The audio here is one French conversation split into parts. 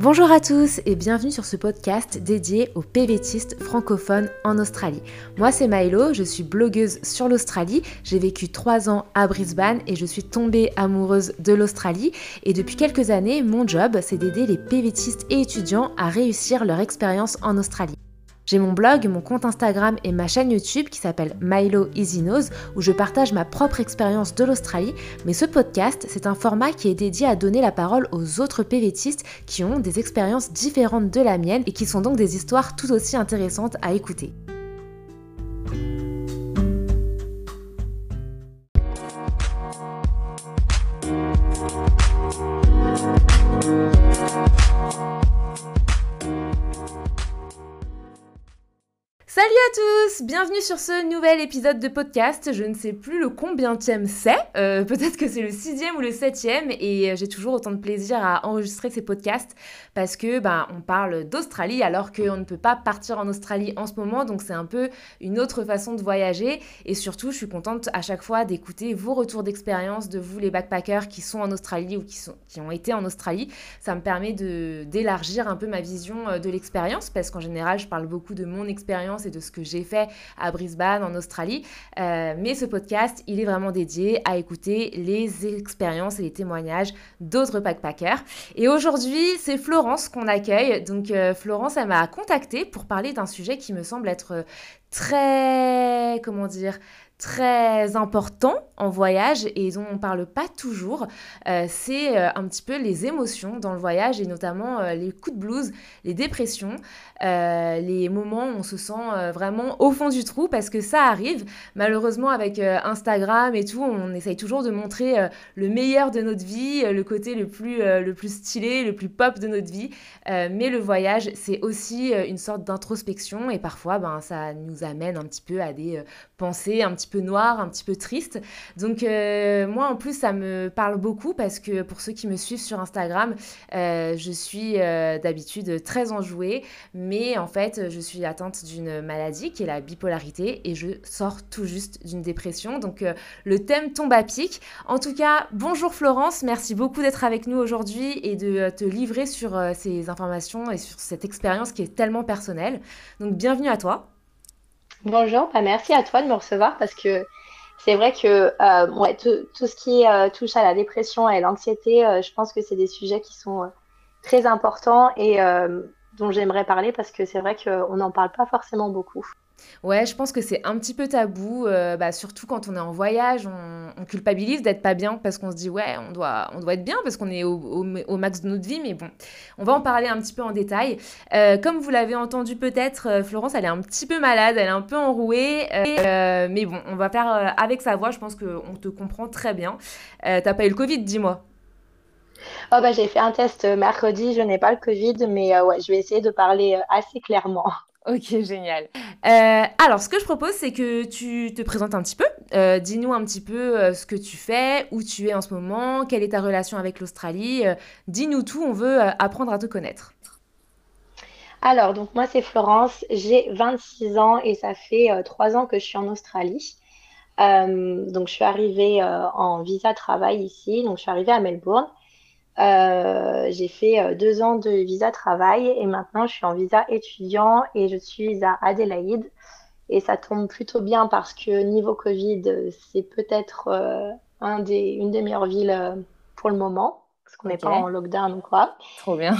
Bonjour à tous et bienvenue sur ce podcast dédié aux PVTistes francophones en Australie. Moi c'est Maëlo, je suis blogueuse sur l'Australie, j'ai vécu 3 ans à Brisbane et je suis tombée amoureuse de l'Australie et depuis quelques années, mon job c'est d'aider les PVTistes et étudiants à réussir leur expérience en Australie. J'ai mon blog, mon compte Instagram et ma chaîne YouTube qui s'appelle Maëlo Easy Knows où je partage ma propre expérience de l'Australie, mais ce podcast, c'est un format qui est dédié à donner la parole aux autres PVTistes qui ont des expériences différentes de la mienne et qui sont donc des histoires tout aussi intéressantes à écouter. Salut à tous, bienvenue sur ce nouvel épisode de podcast. Je ne sais plus le combienième c'est, peut-être que c'est le 6e ou le 7e et j'ai toujours autant de plaisir à enregistrer ces podcasts parce que on parle d'Australie alors qu'on ne peut pas partir en Australie en ce moment, donc c'est un peu une autre façon de voyager et surtout je suis contente à chaque fois d'écouter vos retours d'expérience de vous les backpackers qui sont en Australie ou qui ont été en Australie. Ça me permet d'élargir un peu ma vision de l'expérience parce qu'en général je parle beaucoup de mon expérience et de ce que j'ai fait à Brisbane, en Australie. Mais ce podcast, il est vraiment dédié à écouter les expériences et les témoignages d'autres backpackers. Et aujourd'hui, c'est Florence qu'on accueille. Donc Florence, elle m'a contactée pour parler d'un sujet qui me semble être très important en voyage et dont on ne parle pas toujours, c'est un petit peu les émotions dans le voyage et notamment les coups de blues, les dépressions, les moments où on se sent vraiment au fond du trou parce que ça arrive. Malheureusement avec Instagram et tout, on essaye toujours de montrer le meilleur de notre vie, le côté le plus stylé, le plus pop de notre vie, mais le voyage c'est aussi une sorte d'introspection et parfois ça nous amène un petit peu à des pensées un petit peu noires, un petit peu tristes. Donc moi en plus ça me parle beaucoup parce que pour ceux qui me suivent sur Instagram, je suis d'habitude très enjouée, mais en fait je suis atteinte d'une maladie qui est la bipolarité et je sors tout juste d'une dépression, donc le thème tombe à pic. En tout cas, bonjour Florence, merci beaucoup d'être avec nous aujourd'hui et de te livrer sur ces informations et sur cette expérience qui est tellement personnelle. Donc bienvenue à toi. Bonjour, merci à toi de me recevoir parce que c'est vrai que tout ce qui touche à la dépression et l'anxiété, je pense que c'est des sujets qui sont très importants et dont j'aimerais parler parce que c'est vrai qu'on n'en parle pas forcément beaucoup. Ouais, je pense que c'est un petit peu tabou, surtout quand on est en voyage, on culpabilise d'être pas bien parce qu'on se dit ouais, on doit être bien parce qu'on est au max de notre vie, mais bon, on va en parler un petit peu en détail. Comme vous l'avez entendu peut-être, Florence, elle est un petit peu malade, elle est un peu enrouée, mais bon, on va faire avec sa voix, je pense qu'on te comprend très bien. T'as pas eu le Covid, dis-moi. Oh, j'ai fait un test mercredi, je n'ai pas le Covid, mais ouais, je vais essayer de parler assez clairement. Ok, génial. Alors, ce que je propose, c'est que tu te présentes un petit peu. Dis-nous un petit peu ce que tu fais, où tu es en ce moment, quelle est ta relation avec l'Australie. Dis-nous tout, on veut apprendre à te connaître. Alors, donc moi c'est Florence, j'ai 26 ans et ça fait 3 ans que je suis en Australie. Donc je suis arrivée en visa travail ici, donc je suis arrivée à Melbourne. J'ai fait 2 ans de visa travail et maintenant je suis en visa étudiant et je suis à Adélaïde. Et ça tombe plutôt bien parce que niveau Covid, c'est peut-être une des meilleures villes pour le moment, parce qu'on n'est Ok, pas en lockdown ou quoi. trop bien.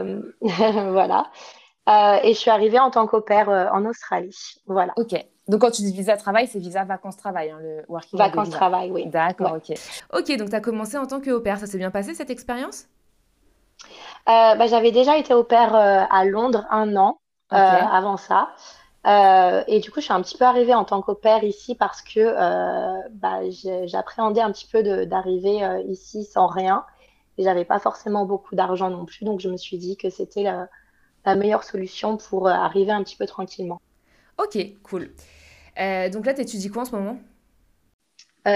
Voilà. Et je suis arrivée en tant qu'au pair en Australie. Voilà. Ok. Donc, quand tu dis visa travail, c'est visa vacances-travail, hein, le Working Holiday Visa. Vacances-travail, oui. D'accord, Ouais. ok. Ok, donc tu as commencé en tant qu'au pair. Ça s'est bien passé cette expérience? J'avais déjà été au pair à Londres 1 an Ok. avant ça. Et du coup, je suis un petit peu arrivée en tant qu'au pair ici parce que j'appréhendais un petit peu d'arriver ici sans rien. Et j'avais pas forcément beaucoup d'argent non plus. Donc, je me suis dit que c'était la meilleure solution pour arriver un petit peu tranquillement. Ok, cool. Donc là, tu étudies quoi en ce moment?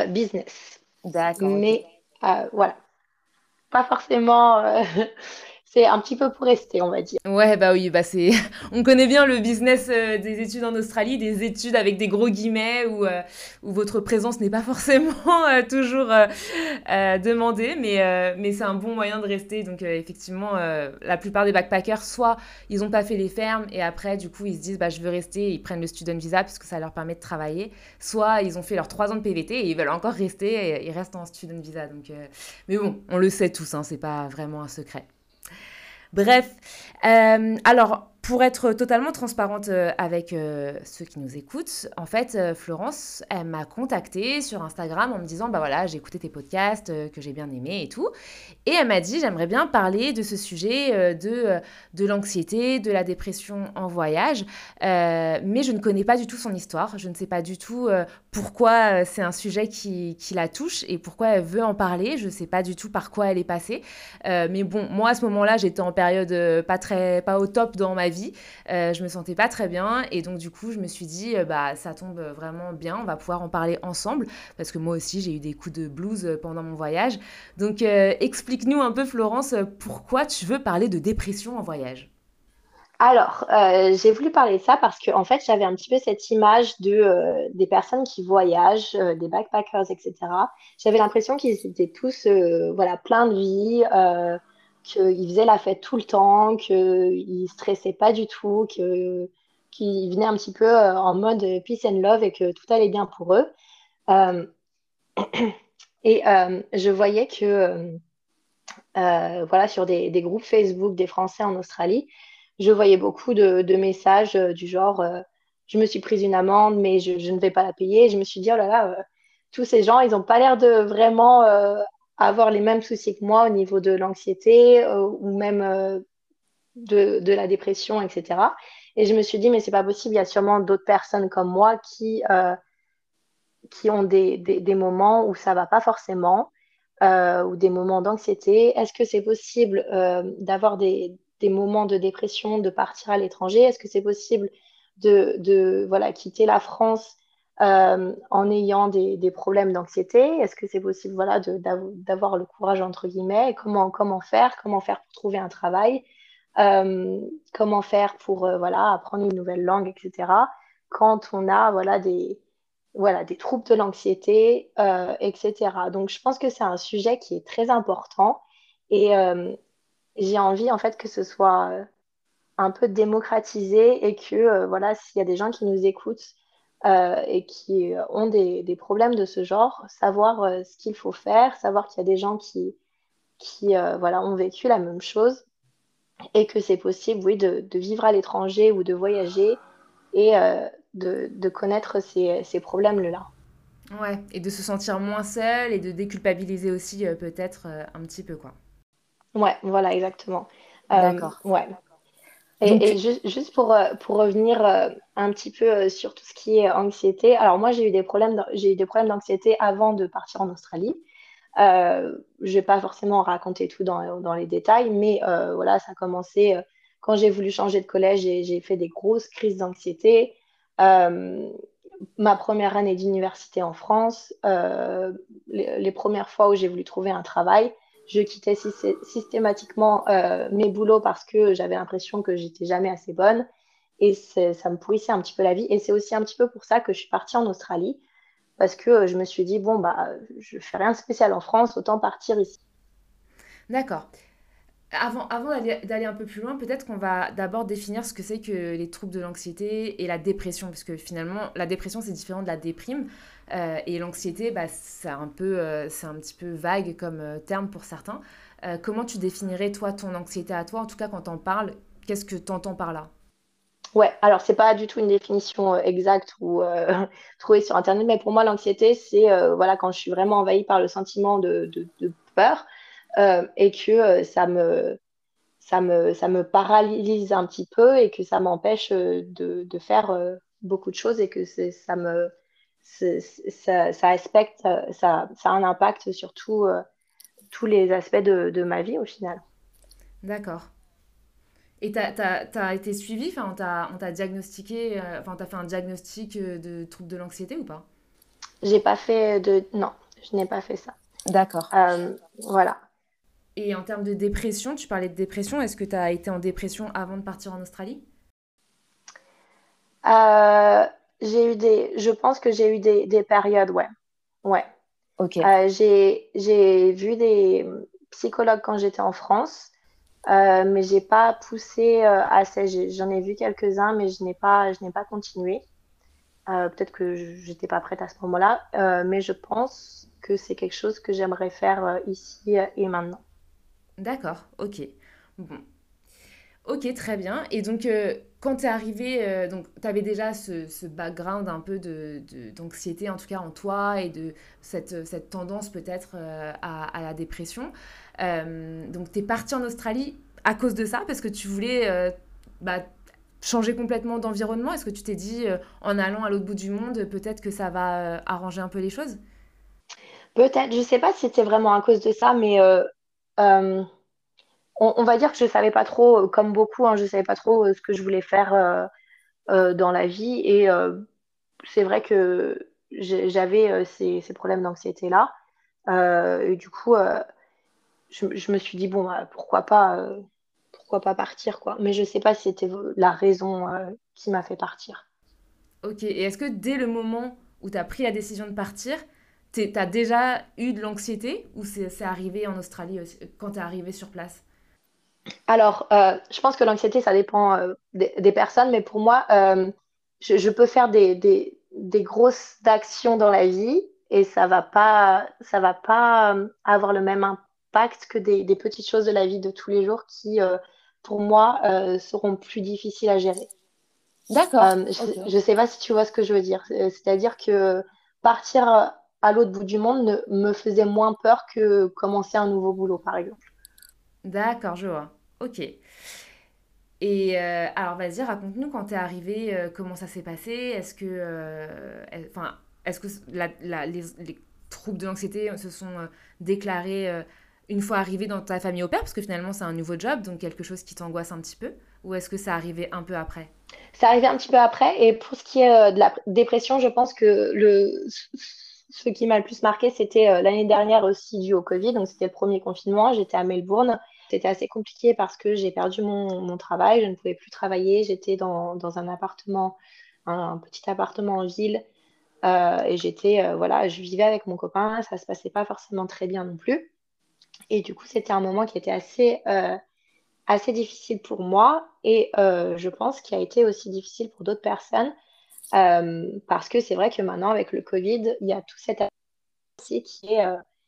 Business. D'accord, ok. Mais voilà, pas forcément c'est un petit peu pour rester, on va dire. Ouais, bah oui, bah c'est on connaît bien le business, des études en Australie, des études avec des gros guillemets où votre présence n'est pas forcément, toujours, demandée, mais c'est un bon moyen de rester. Donc effectivement, la plupart des backpackers, soit ils ont pas fait les fermes et après du coup ils se disent: «Bah je veux rester», ils prennent le student visa puisque ça leur permet de travailler, soit ils ont fait leurs 3 ans de PVT et ils veulent encore rester et ils restent en student visa. Donc mais bon, on le sait tous, hein, c'est pas vraiment un secret. Bref, alors pour être totalement transparente avec ceux qui nous écoutent, en fait, Florence, elle m'a contactée sur Instagram en me disant, bah voilà, j'ai écouté tes podcasts que j'ai bien aimés et tout. Et elle m'a dit, j'aimerais bien parler de ce sujet de l'anxiété, de la dépression en voyage, mais je ne connais pas du tout son histoire. Je ne sais pas du tout pourquoi c'est un sujet qui la touche et pourquoi elle veut en parler. Je ne sais pas du tout par quoi elle est passée. Mais bon, moi à ce moment-là, j'étais en période pas au top dans ma vie. Je me sentais pas très bien et donc du coup, je me suis dit bah ça tombe vraiment bien, on va pouvoir en parler ensemble parce que moi aussi j'ai eu des coups de blues pendant mon voyage. Donc explique-nous un peu Florence, pourquoi tu veux parler de dépression en voyage. Alors, j'ai voulu parler de ça parce que, en fait, j'avais un petit peu cette image des personnes qui voyagent, des backpackers, etc. J'avais l'impression qu'ils étaient tous, voilà, pleins de vie, qu'ils faisaient la fête tout le temps, qu'ils stressaient pas du tout, qu'ils venaient un petit peu en mode peace and love et que tout allait bien pour eux. Euh, je voyais que voilà, sur des groupes Facebook des Français en Australie, je voyais beaucoup de messages du genre je me suis prise une amende, mais je ne vais pas la payer. Et je me suis dit, oh là là, tous ces gens, ils n'ont pas l'air de vraiment avoir les mêmes soucis que moi au niveau de l'anxiété ou même de la dépression, etc. Et je me suis dit, mais c'est pas possible, il y a sûrement d'autres personnes comme moi qui ont des moments où ça va pas forcément, ou des moments d'anxiété. Est-ce que c'est possible d'avoir des moments de dépression, de partir à l'étranger? Est-ce que c'est possible voilà, quitter la France en ayant des problèmes d'anxiété? Est-ce que c'est possible voilà, d'avoir le courage, entre guillemets? Comment faire pour trouver un travail? Comment faire pour voilà, apprendre une nouvelle langue, etc. Quand on a voilà, des troubles de l'anxiété, etc. Donc, je pense que c'est un sujet qui est très important et j'ai envie en fait que ce soit un peu démocratisé et que voilà, s'il y a des gens qui nous écoutent et qui ont des problèmes de ce genre, savoir ce qu'il faut faire, savoir qu'il y a des gens qui voilà, ont vécu la même chose et que c'est possible, oui, de vivre à l'étranger ou de voyager et de connaître ces problèmes-là. Ouais, et de se sentir moins seule et de déculpabiliser aussi peut-être un petit peu quoi. Ouais, voilà, exactement. D'accord. Ouais. Donc, Juste pour revenir un petit peu sur tout ce qui est anxiété. Alors moi, j'ai eu des problèmes d'anxiété avant de partir en Australie. Je vais pas forcément raconter tout dans les détails, mais voilà, ça a commencé quand j'ai voulu changer de collège et j'ai fait des grosses crises d'anxiété. Euh, Ma première année d'université en France, les premières fois où j'ai voulu trouver un travail, je quittais systématiquement mes boulots parce que j'avais l'impression que j'étais jamais assez bonne et ça me pourrissait un petit peu la vie. Et c'est aussi un petit peu pour ça que je suis partie en Australie parce que je me suis dit, bon, bah, je fais rien de spécial en France, autant partir ici. d'accord. Avant d'aller un peu plus loin, peut-être qu'on va d'abord définir ce que c'est que les troubles de l'anxiété et la dépression, parce que finalement, la dépression, c'est différent de la déprime, et l'anxiété, bah, c'est un petit peu vague comme terme pour certains. Comment tu définirais, toi, ton anxiété à toi, en tout cas quand t'en parles, qu'est-ce que t'entends par là? Ouais, alors c'est pas du tout une définition exacte ou trouvée sur Internet, mais pour moi, l'anxiété, c'est voilà, quand je suis vraiment envahie par le sentiment de peur et que ça me paralyse un petit peu et que ça m'empêche de faire beaucoup de choses et que ça aspecte, ça a un impact sur tous les aspects de ma vie au final. D'accord. Et t'as été suivi, enfin, on t'a diagnostiqué, enfin, t'as fait un diagnostic de troubles de l'anxiété ou pas? J'ai pas fait de... Non, je n'ai pas fait ça. D'accord. Voilà. Et en termes de dépression, tu parlais de dépression, est-ce que tu as été en dépression avant de partir en Australie? Euh, je pense que j'ai eu des périodes, ouais. Ouais. Ok. J'ai vu des psychologues quand j'étais en France, mais j'ai pas poussé assez. J'en ai vu quelques-uns, mais je n'ai pas continué. Peut-être que j'étais pas prête à ce moment-là, mais je pense que c'est quelque chose que j'aimerais faire ici et maintenant. D'accord, ok. Bon, ok, très bien. Et donc, quand tu es arrivé, donc tu avais déjà ce background un peu d'anxiété, en tout cas en toi, et de cette tendance peut-être à la dépression. Donc, tu es parti en Australie à cause de ça, parce que tu voulais bah, changer complètement d'environnement. Est-ce que tu t'es dit, en allant à l'autre bout du monde, peut-être que ça va arranger un peu les choses? Peut-être, je sais pas si c'était vraiment à cause de ça, mais euh, on va dire que je savais pas trop, comme beaucoup, hein, je savais pas trop ce que je voulais faire dans la vie. Et c'est vrai que j'avais ces problèmes d'anxiété-là. Et du coup, je me suis dit, bon, bah, pourquoi pas partir, quoi. Mais je sais pas si c'était la raison qui m'a fait partir. Ok, et est-ce que dès le moment où tu as pris la décision de partir, t'as déjà eu de l'anxiété ou c'est arrivé en Australie quand t'es arrivé sur place? Alors, je pense que l'anxiété, ça dépend des personnes, mais pour moi, je peux faire des grosses actions dans la vie et ça va pas avoir le même impact que des petites choses de la vie de tous les jours qui, pour moi, seront plus difficiles à gérer. D'accord, ok. Je sais pas si tu vois ce que je veux dire. C'est-à-dire que partir à l'autre bout du monde me faisait moins peur que commencer un nouveau boulot, par exemple. D'accord, je vois. Ok. Et alors vas-y, raconte-nous quand t'es arrivé, comment ça s'est passé? Enfin, est-ce que les troubles de l'anxiété se sont déclarés une fois arrivé dans ta famille au père, parce que finalement c'est un nouveau job, donc quelque chose qui t'angoisse un petit peu, ou est-ce que ça arrivait un peu après? C'est arrivé un petit peu après. Et pour ce qui est de la dépression, je pense que ce qui m'a le plus marqué, c'était l'année dernière aussi dû au Covid. Donc, c'était le premier confinement. J'étais à Melbourne. C'était assez compliqué parce que j'ai perdu mon travail. Je ne pouvais plus travailler. J'étais dans un appartement, un petit appartement en ville. Et voilà, je vivais avec mon copain. Ça se passait pas forcément très bien non plus. Et du coup, c'était un moment qui était assez difficile pour moi et je pense qu'il a été aussi difficile pour d'autres personnes parce que c'est vrai que maintenant, avec le Covid, il y a tout cet aspect qui est...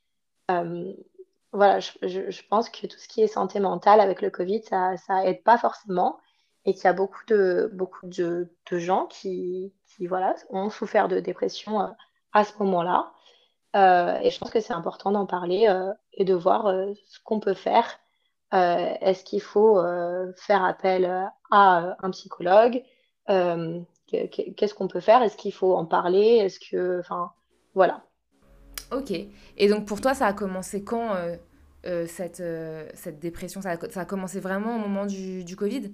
voilà, je pense que tout ce qui est santé mentale avec le Covid, ça aide pas forcément et qu'il y a beaucoup de gens qui voilà, ont souffert de dépression à ce moment-là. Et je pense que c'est important d'en parler et de voir ce qu'on peut faire. Est-ce qu'il faut faire appel à un psychologue? Qu'est-ce qu'on peut faire? Est-ce qu'il faut en parler? Est-ce que, enfin, voilà. Ok. Et donc pour toi, ça a commencé quand cette dépression? Ça a commencé vraiment au moment du Covid?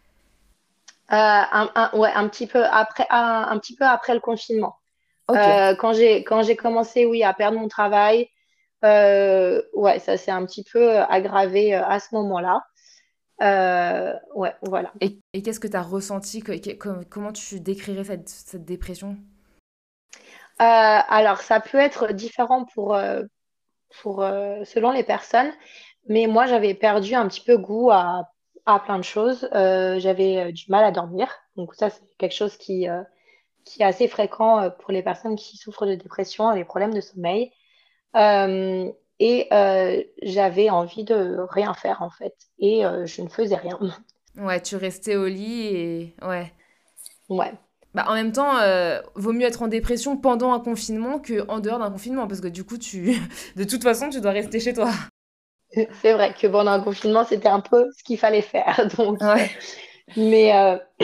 Ouais, un petit peu après, un petit peu après le confinement. Ok. Quand j'ai commencé, oui, à perdre mon travail, ouais, ça s'est un petit peu aggravé à ce moment-là. Ouais, voilà. Et qu'est-ce que tu as ressenti? Comment tu décrirais cette dépression? Alors, ça peut être différent selon les personnes, mais moi, j'avais perdu un petit peu goût à plein de choses. J'avais du mal à dormir, donc ça, c'est quelque chose qui est assez fréquent pour les personnes qui souffrent de dépression et les problèmes de sommeil. Euh, et j'avais envie de rien faire, en fait, et je ne faisais rien. Ouais, tu restais au lit et... Ouais. Ouais. Bah, en même temps, vaut mieux être en dépression pendant un confinement que en dehors d'un confinement, parce que du coup, de toute façon, tu dois rester chez toi. C'est vrai que pendant un confinement, c'était un peu ce qu'il fallait faire. Donc, Ouais. mais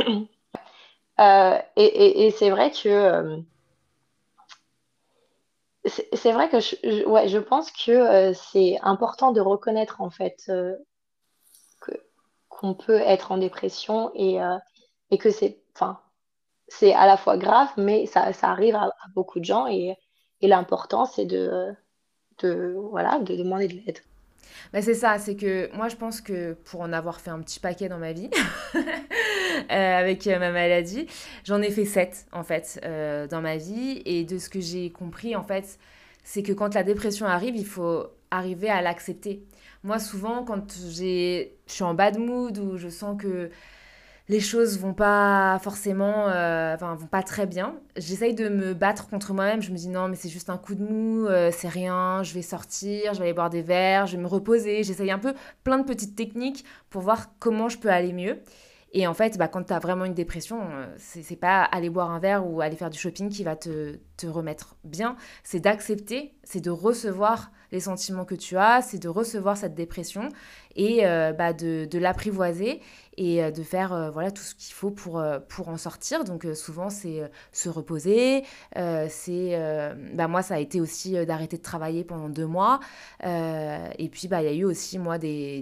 et c'est vrai que c'est vrai que ouais, je pense que c'est important de reconnaître en fait que qu'on peut être en dépression et que enfin, c'est à la fois grave, mais ça arrive à beaucoup de gens et l'important c'est voilà, de demander de l'aide. Bah, c'est ça, c'est que moi je pense que pour en avoir fait un petit paquet dans ma vie, avec ma maladie, j'en ai fait 7 en fait dans ma vie. Et de ce que j'ai compris en fait, c'est que quand la dépression arrive, il faut arriver à l'accepter. Moi souvent quand je suis en bad mood ou je sens que les choses vont pas forcément, enfin, vont pas très bien. J'essaye de me battre contre moi-même. Je me dis non, mais c'est juste un coup de mou, c'est rien, je vais sortir, je vais aller boire des verres, je vais me reposer. J'essaye un peu plein de petites techniques pour voir comment je peux aller mieux. Et en fait, bah, quand tu as vraiment une dépression, c'est pas aller boire un verre ou aller faire du shopping qui va te remettre bien. C'est d'accepter, c'est de recevoir les sentiments que tu as, c'est de recevoir cette dépression et bah, de l'apprivoiser et de faire voilà, tout ce qu'il faut pour en sortir. Donc souvent, c'est se reposer. Bah, moi, ça a été aussi d'arrêter de travailler pendant 2 mois. Et puis, bah, il y a eu aussi, moi,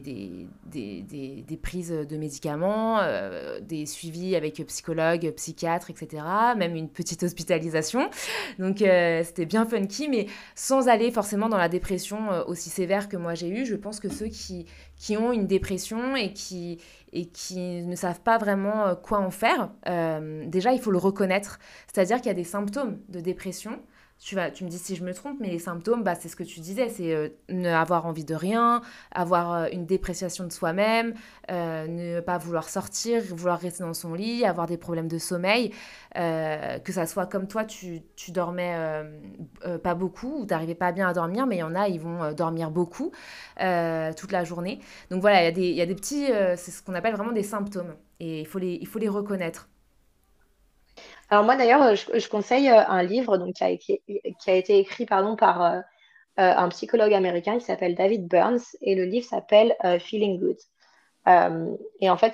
des prises de médicaments, des suivis avec psychologue, psychiatre, etc. Même une petite hospitalisation. Donc, c'était bien funky, mais sans aller forcément dans la dépression aussi sévère que moi j'ai eue. Je pense que ceux qui ont une dépression et qui ne savent pas vraiment quoi en faire, déjà, il faut le reconnaître. C'est-à-dire qu'il y a des symptômes de dépression. Tu me dis si je me trompe, mais les symptômes, bah, c'est ce que tu disais, c'est ne avoir envie de rien, avoir une dépréciation de soi-même, ne pas vouloir sortir, vouloir rester dans son lit, avoir des problèmes de sommeil, que ça soit comme toi, tu dormais pas beaucoup ou tu n'arrivais pas bien à dormir, mais il y en a, ils vont dormir beaucoup toute la journée. Donc voilà, il y a des petits, c'est ce qu'on appelle vraiment des symptômes et il faut les reconnaître. Alors moi d'ailleurs, je conseille un livre donc, qui a été écrit pardon, par un psychologue américain qui s'appelle David Burns et le livre s'appelle Feeling Good. Et en fait,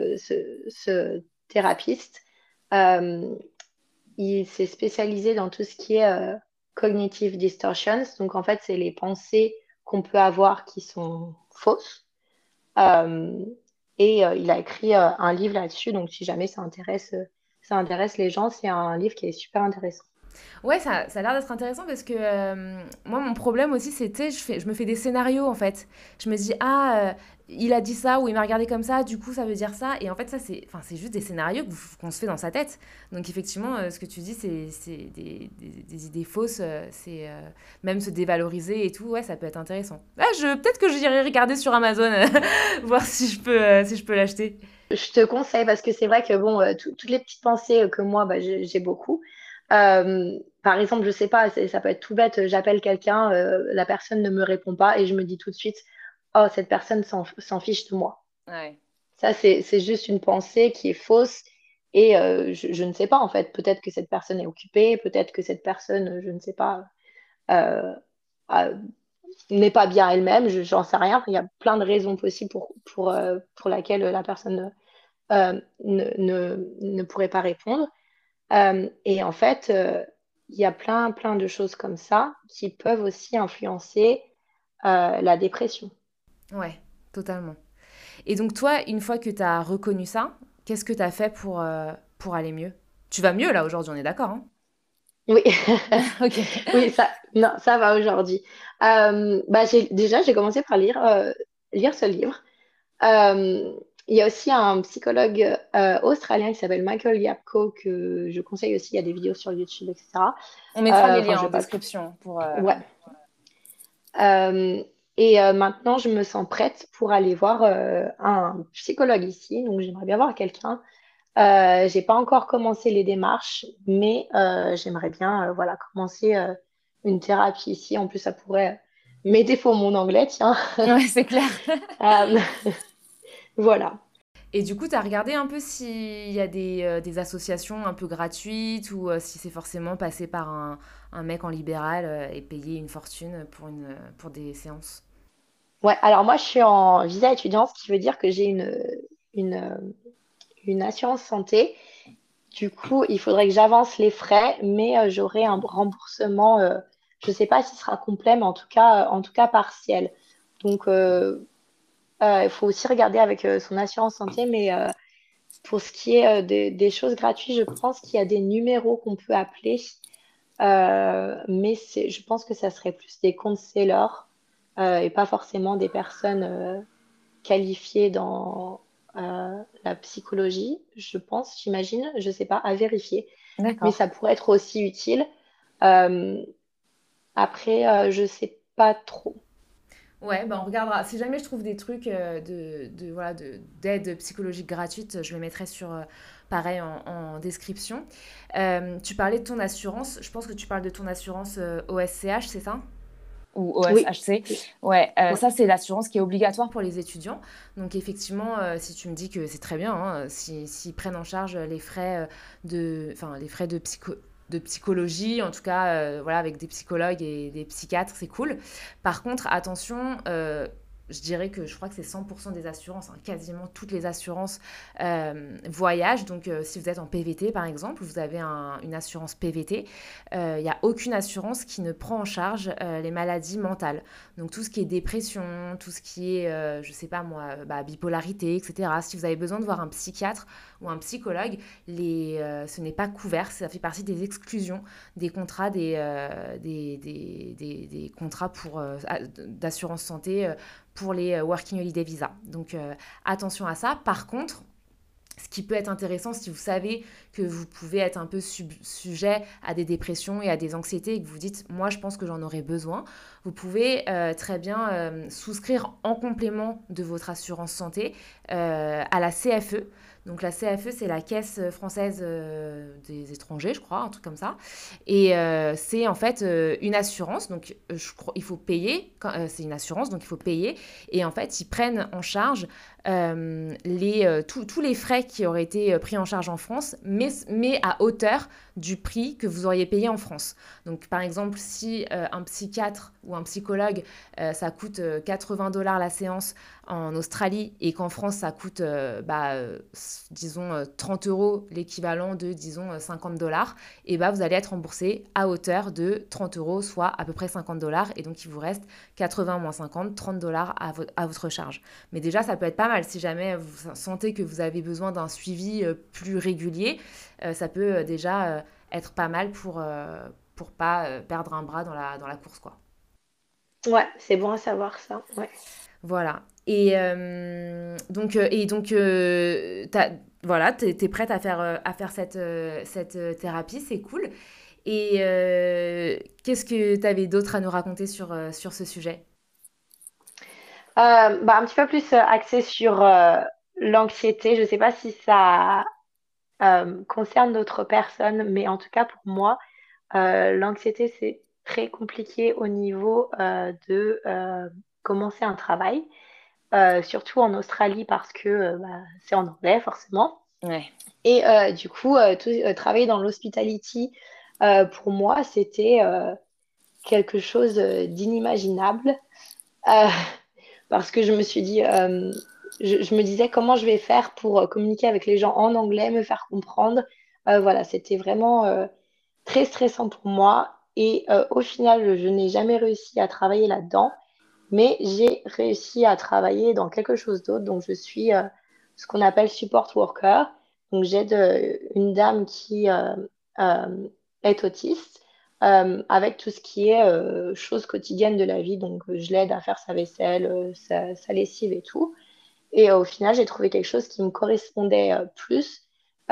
ce thérapeute, euh, il s'est spécialisé dans tout ce qui est cognitive distortions. Donc en fait, c'est les pensées qu'on peut avoir qui sont fausses. Euh, et il a écrit un livre là-dessus. Donc si jamais ça intéresse les gens, c'est un livre qui est super intéressant. Ouais, ça a l'air d'être intéressant parce que moi, mon problème aussi, c'était je me fais des scénarios en fait. Je me dis, ah, il a dit ça ou il m'a regardé comme ça, du coup, ça veut dire ça. Et en fait, ça, c'est juste des scénarios qu'on se fait dans sa tête. Donc, effectivement, ce que tu dis, c'est des idées fausses. C'est même se dévaloriser et tout. Ouais, ça peut être intéressant. Ah, peut-être que j'irai regarder sur Amazon, voir si je peux l'acheter. Je te conseille parce que c'est vrai que bon, toutes les petites pensées que moi, bah, j'ai beaucoup. Par exemple, je sais pas, ça peut être tout bête, j'appelle quelqu'un, la personne ne me répond pas et je me dis tout de suite, oh, cette personne s'en fiche de moi. Ouais. Ça, c'est juste une pensée qui est fausse et je ne sais pas en fait. Peut-être que cette personne est occupée, peut-être que cette personne, je ne sais pas, euh, euh, n'est pas bien elle-même, j'en sais rien. Il y a plein de raisons possibles pour laquelle la personne ne pourrait pas répondre. Et en fait, il y a plein de choses comme ça qui peuvent aussi influencer la dépression. Ouais, totalement. Et donc toi, une fois que tu as reconnu ça, qu'est-ce que tu as fait pour aller mieux? Tu vas mieux là aujourd'hui, on est d'accord, hein? Oui, Ok. oui, non, ça va aujourd'hui. Bah, j'ai commencé par lire ce livre. Il y a aussi un psychologue australien qui s'appelle Michael Yapko que je conseille aussi. Il y a des vidéos sur YouTube, etc. On mettra les Enfin, liens je en vais pas. description pour... Ouais. Et maintenant, je me sens prête pour aller voir un psychologue ici. Donc, j'aimerais bien voir quelqu'un. J'ai pas encore commencé les démarches, mais j'aimerais bien voilà, commencer une thérapie ici. En plus, ça pourrait m'aider pour mon anglais, tiens. Ouais, c'est clair. Euh, voilà. Et du coup, tu as regardé un peu s'il y a des associations un peu gratuites ou si c'est forcément passé par un mec en libéral et payer une fortune pour des séances. Ouais, alors moi, je suis en visa étudiant, ce qui veut dire que j'ai une, euh, une assurance santé. Du coup, il faudrait que j'avance les frais, mais j'aurai un remboursement. Je ne sais pas s'il sera complet, mais en tout cas partiel. Donc, il faut aussi regarder avec son assurance santé, mais pour ce qui est des choses gratuites, je pense qu'il y a des numéros qu'on peut appeler, mais je pense que ça serait plus des conseillers et pas forcément des personnes qualifiées dans la psychologie, je pense, j'imagine, je sais pas, à vérifier. Mais D'accord. ça pourrait être aussi utile. Euh, Après, je sais pas trop. Ouais, bah on regardera. Si jamais je trouve des trucs voilà, d'aide psychologique gratuite, je les mettrai pareil, en description. Tu parlais de ton assurance. Je pense que tu parles de ton assurance OSCH, c'est ça? Ou Oui, OSHC. oui, Ouais, oui. ça, c'est l'assurance qui est obligatoire pour les étudiants. Donc, effectivement, si tu me dis que c'est très bien, hein, s'ils prennent en charge les frais enfin, les frais de psychologie, en tout cas, voilà, avec des psychologues et des psychiatres, c'est cool. Par contre, attention, je dirais que je crois que c'est 100% des assurances, hein, quasiment toutes les assurances voyage. Donc, si vous êtes en PVT, par exemple, vous avez une assurance PVT, il n'y a aucune assurance qui ne prend en charge les maladies mentales. Donc, tout ce qui est dépression, tout ce qui est, je sais pas moi, bipolarité, etc. Si vous avez besoin de voir un psychiatre ou un psychologue, ce n'est pas couvert. Ça fait partie des exclusions des contrats, des contrats d'assurance santé pour les Working Holiday Visa. Donc, attention à ça. Par contre, ce qui peut être intéressant si vous savez que vous pouvez être un peu sujet à des dépressions et à des anxiétés et que vous dites moi je pense que j'en aurais besoin, vous pouvez très bien souscrire en complément de votre assurance santé à la CFE. Donc la CFE, c'est la Caisse française des étrangers, je crois, un truc comme ça. Et c'est en fait une assurance, donc je crois, il faut payer, c'est une assurance, donc il faut payer. Et en fait, ils prennent en charge tous les frais qui auraient été pris en charge en France, mais à hauteur du prix que vous auriez payé en France. Donc, par exemple, si un psychiatre ou un psychologue, ça coûte 80 $ la séance en Australie et qu'en France, ça coûte, disons, 30 €, l'équivalent de, disons, 50 $, et bah, vous allez être remboursé à hauteur de 30 €, soit à peu près 50 $. Et donc, il vous reste 80 moins 50, 30 $ à votre charge. Mais déjà, ça peut être pas mal. Si jamais vous sentez que vous avez besoin d'un suivi plus régulier, ça peut déjà être pas mal pour pas perdre un bras dans la course, quoi. Ouais, c'est bon à savoir ça. Ouais. Voilà. Et donc, voilà, t'es prête à faire cette thérapie, c'est cool. Et qu'est-ce que tu avais d'autre à nous raconter sur ce sujet? Un petit peu plus axé sur l'anxiété. Je ne sais pas si ça concerne d'autres personnes, mais en tout cas pour moi, l'anxiété, c'est très compliqué au niveau de commencer un travail, surtout en Australie parce que c'est en anglais forcément. Ouais. Et du coup, travailler dans l'hospitality, pour moi, c'était quelque chose d'inimaginable. Euh, Parce que je me suis dit, je me disais comment je vais faire pour communiquer avec les gens en anglais, me faire comprendre. Voilà, c'était vraiment très stressant pour moi. Et au final, je n'ai jamais réussi à travailler là-dedans, mais j'ai réussi à travailler dans quelque chose d'autre. Donc, je suis ce qu'on appelle support worker. Donc, j'aide une dame qui euh, est autiste avec tout ce qui est choses quotidiennes de la vie. Donc, je l'aide à faire sa vaisselle, sa lessive et tout. Et au final, j'ai trouvé quelque chose qui me correspondait plus.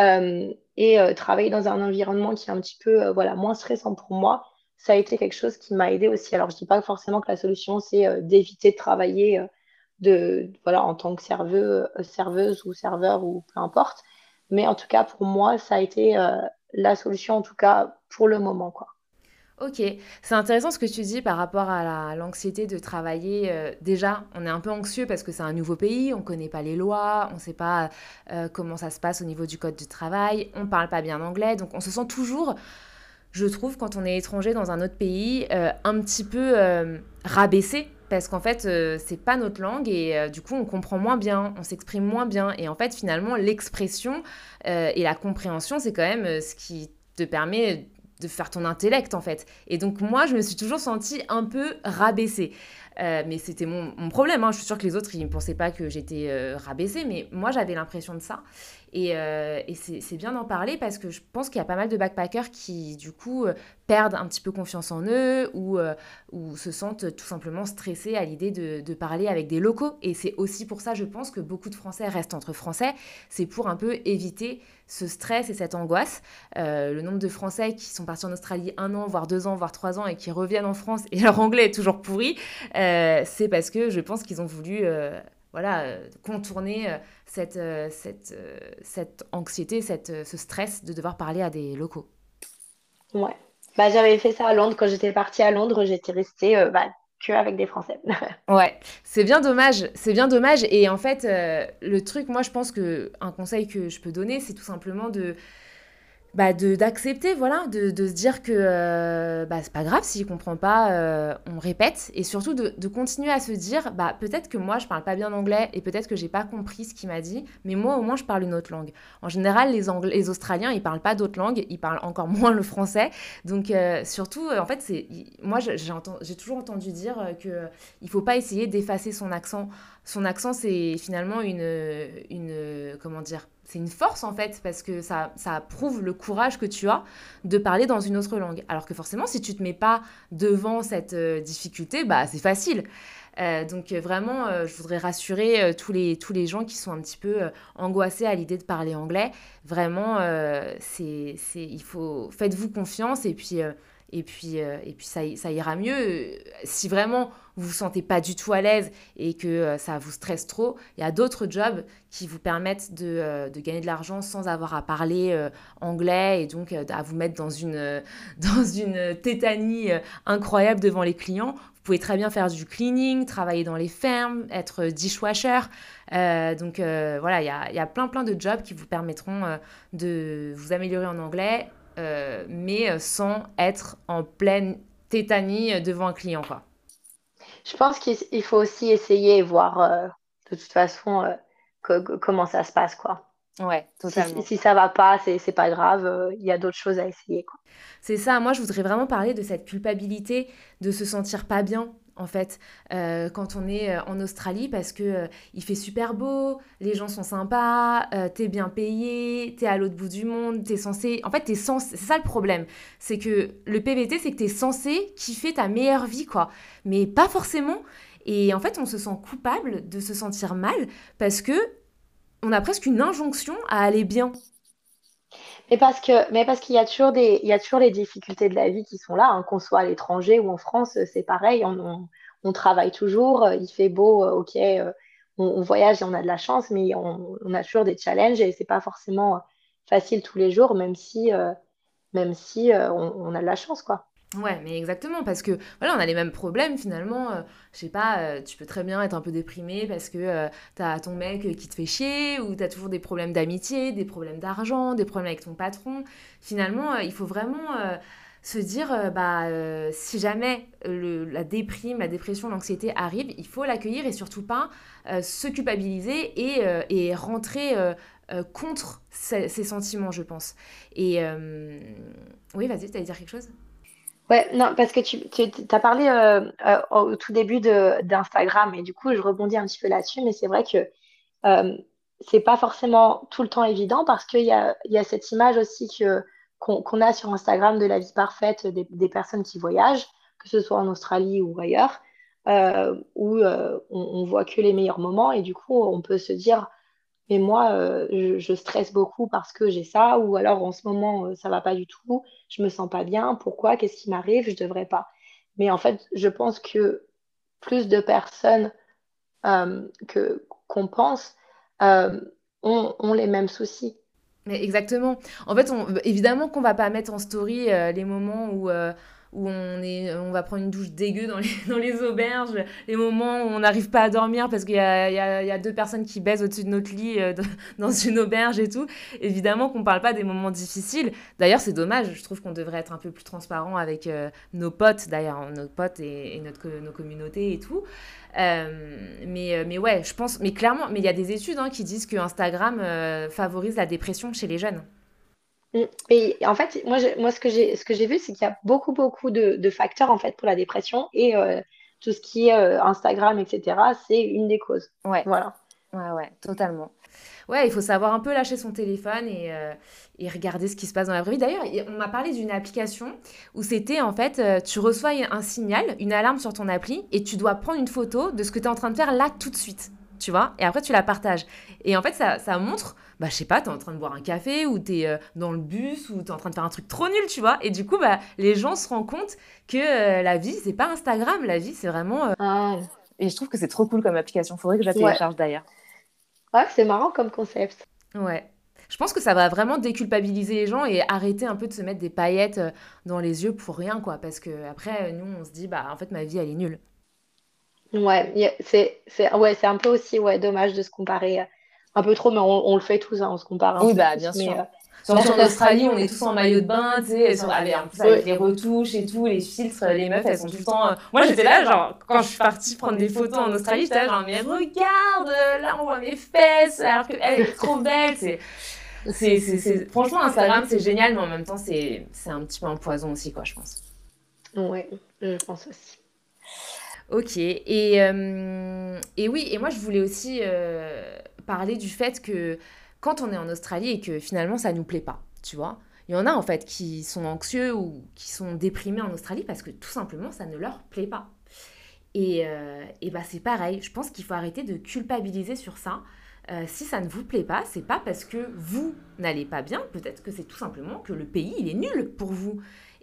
Et travailler dans un environnement qui est un petit peu voilà, moins stressant pour moi, ça a été quelque chose qui m'a aidé aussi. Alors, je dis pas forcément que la solution, c'est d'éviter de travailler voilà, en tant que serveuse ou serveur ou peu importe. Mais en tout cas, pour moi, ça a été la solution, en tout cas pour le moment, quoi. Ok, c'est intéressant ce que tu dis par rapport à l'anxiété de travailler. Déjà, on est un peu anxieux parce que c'est un nouveau pays, on ne connaît pas les lois, on ne sait pas comment ça se passe au niveau du code du travail, on ne parle pas bien anglais, donc on se sent toujours, je trouve, quand on est étranger dans un autre pays, un petit peu rabaissé. Parce qu'en fait, c'est pas notre langue et du coup, on comprend moins bien, on s'exprime moins bien. Et en fait, finalement, l'expression et la compréhension, c'est quand même ce qui te permet de faire ton intellect, en fait. Et donc, moi, je me suis toujours sentie un peu rabaissée. Mais c'était mon problème, hein. Je suis sûre que les autres, ils ne pensaient pas que j'étais rabaissée, mais moi, j'avais l'impression de ça. Et c'est bien d'en parler parce que je pense qu'il y a pas mal de backpackers qui, du coup, perdent un petit peu confiance en eux ou se sentent tout simplement stressés à l'idée de parler avec des locaux. Et c'est aussi pour ça, je pense, que beaucoup de Français restent entre Français. C'est pour un peu éviter ce stress et cette angoisse. Le nombre de Français qui sont partis en Australie 1 an, voire 2 ans, voire 3 ans et qui reviennent en France et leur anglais est toujours pourri, c'est parce que je pense qu'ils ont voulu voilà, contourner cette anxiété, ce stress de devoir parler à des locaux. Ouais. Bah, j'avais fait ça à Londres. Quand j'étais partie à Londres, j'étais restée bah, que avec des Français. Ouais, c'est bien dommage, c'est bien dommage. Et en fait, le truc, moi, je pense que un conseil que je peux donner, c'est tout simplement d'accepter, voilà, de se dire que c'est pas grave s'il comprend pas, on répète, et surtout de continuer à se dire, peut-être que moi je parle pas bien anglais et peut-être que j'ai pas compris ce qu'il m'a dit, mais moi au moins je parle une autre langue. En général, les Australiens ils parlent pas d'autres langues, ils parlent encore moins le français, donc surtout, en fait, moi j'ai toujours entendu dire que il faut pas essayer d'effacer son accent. Son accent, c'est finalement comment dire, c'est une force en fait, parce que ça prouve le courage que tu as de parler dans une autre langue. Alors que forcément, si tu te mets pas devant cette difficulté, c'est facile. Donc vraiment, je voudrais rassurer tous les gens qui sont un petit peu angoissés à l'idée de parler anglais. Vraiment, faites-vous confiance et puis ça ira mieux. Si vraiment vous vous sentez pas du tout à l'aise et que ça vous stresse trop, il y a d'autres jobs qui vous permettent de gagner de l'argent sans avoir à parler anglais et donc à vous mettre dans dans une tétanie incroyable devant les clients. Vous pouvez très bien faire du cleaning, travailler dans les fermes, être dishwasher. Donc voilà, il y a plein de jobs qui vous permettront de vous améliorer en anglais, mais sans être en pleine tétanie devant un client, quoi. Je pense qu'il faut aussi essayer et voir de toute façon comment ça se passe, quoi. Ouais, Si totalement. ça va pas, c'est pas grave, il y a d'autres choses à essayer, quoi. C'est ça, moi je voudrais vraiment parler de cette culpabilité de se sentir pas bien en fait quand on est en Australie parce que il fait super beau, les gens sont sympas, t'es bien payé, t'es à l'autre bout du monde, t'es censé... En fait, c'est ça le problème, c'est que le PVT, c'est que t'es censé kiffer ta meilleure vie, quoi. Mais pas forcément. Et en fait, on se sent coupable de se sentir mal parce que on a presque une injonction à aller bien. Mais parce qu'il y a toujours il y a toujours les difficultés de la vie qui sont là, hein, qu'on soit à l'étranger ou en France, c'est pareil. On travaille toujours, il fait beau, ok, on voyage et on a de la chance, mais on a toujours des challenges et c'est pas forcément facile tous les jours, même si on a de la chance, quoi. Ouais, mais exactement, parce que voilà, on a les mêmes problèmes finalement. Je sais pas, tu peux très bien être un peu déprimé parce que t'as ton mec qui te fait chier, ou t'as toujours des problèmes d'amitié, des problèmes d'argent, des problèmes avec ton patron. Finalement, il faut vraiment se dire, si jamais la dépression, l'anxiété arrive, il faut l'accueillir et surtout pas se culpabiliser et rentrer contre ces sentiments, je pense. Et oui, vas-y, t'allais dire quelque chose? Ouais, non, parce que tu as parlé au tout début d'Instagram et du coup, je rebondis un petit peu là-dessus, mais c'est vrai que euh, c'est pas forcément tout le temps évident parce qu'il y a cette image aussi qu'on a sur Instagram de la vie parfaite des personnes qui voyagent, que ce soit en Australie ou ailleurs, où on voit que les meilleurs moments et du coup, on peut se dire, mais moi, je stresse beaucoup parce que j'ai ça, ou alors en ce moment, ça va pas du tout, je me sens pas bien, pourquoi, qu'est-ce qui m'arrive, je devrais pas. Mais en fait, je pense que plus de personnes qu'on pense euh, ont les mêmes soucis. Mais exactement. En fait, évidemment qu'on va pas mettre en story les moments où on va prendre une douche dégueu dans dans les auberges, les moments où on n'arrive pas à dormir parce qu'il y a deux personnes qui baisent au-dessus de notre lit dans une auberge et tout. Évidemment qu'on parle pas des moments difficiles. D'ailleurs, c'est dommage. Je trouve qu'on devrait être un peu plus transparent avec nos potes, d'ailleurs, nos potes et nos communautés et tout. Mais ouais, je pense, mais clairement, mais il y a des études qui disent que Instagram favorise la dépression chez les jeunes. Et en fait, moi ce que j'ai vu, c'est qu'il y a beaucoup, beaucoup de facteurs en fait pour la dépression et tout ce qui est Instagram, etc., c'est une des causes. Ouais, Voilà. ouais, ouais, totalement. Ouais, il faut savoir un peu lâcher son téléphone et regarder ce qui se passe dans la vraie vie. D'ailleurs, on m'a parlé d'une application où c'était en fait, tu reçois un signal, une alarme sur ton appli et tu dois prendre une photo de ce que tu es en train de faire là tout de suite. Tu vois? Et après, tu la partages. Et en fait, ça montre, bah, je sais pas, t'es en train de boire un café ou t'es dans le bus ou t'es en train de faire un truc trop nul, tu vois? Et du coup, bah, les gens se rendent compte que la vie, c'est pas Instagram. La vie, c'est vraiment. Ah, Et je trouve que c'est trop cool comme application. Faudrait que je la ouais. télécharge d'ailleurs. Ouais, c'est marrant comme concept. Ouais. Je pense que ça va vraiment déculpabiliser les gens et arrêter un peu de se mettre des paillettes dans les yeux pour rien, quoi. Parce que après, nous, on se dit, bah, en fait, ma vie, elle est nulle. Ouais, ouais, c'est un peu aussi ouais, dommage de se comparer un peu trop, mais on le fait tous, hein, on se compare un Oui, peu bah, tous. bien Mais sûr. Surtout en Australie, on est tous en maillot de bain, tu sais, en plus avec ouais, les retouches et tout, les filtres, les meufs, elles sont tout le temps. Moi, j'étais là, genre, quand je suis partie prendre des photos en Australie, j'étais là, genre, mais regarde, là, on voit mes fesses, alors qu'elle est trop belle. Franchement, Instagram, c'est génial, mais en même temps, c'est un petit peu un poison aussi, quoi, je pense. ouais, je pense aussi. Ok, et oui, et moi je voulais aussi parler du fait que quand on est en Australie et que finalement ça nous plaît pas, tu vois, il y en a en fait qui sont anxieux ou qui sont déprimés en Australie parce que tout simplement ça ne leur plaît pas. Et bah c'est pareil, je pense qu'il faut arrêter de culpabiliser sur ça. Si ça ne vous plaît pas, c'est pas parce que vous n'allez pas bien, peut-être que c'est tout simplement que le pays il est nul pour vous.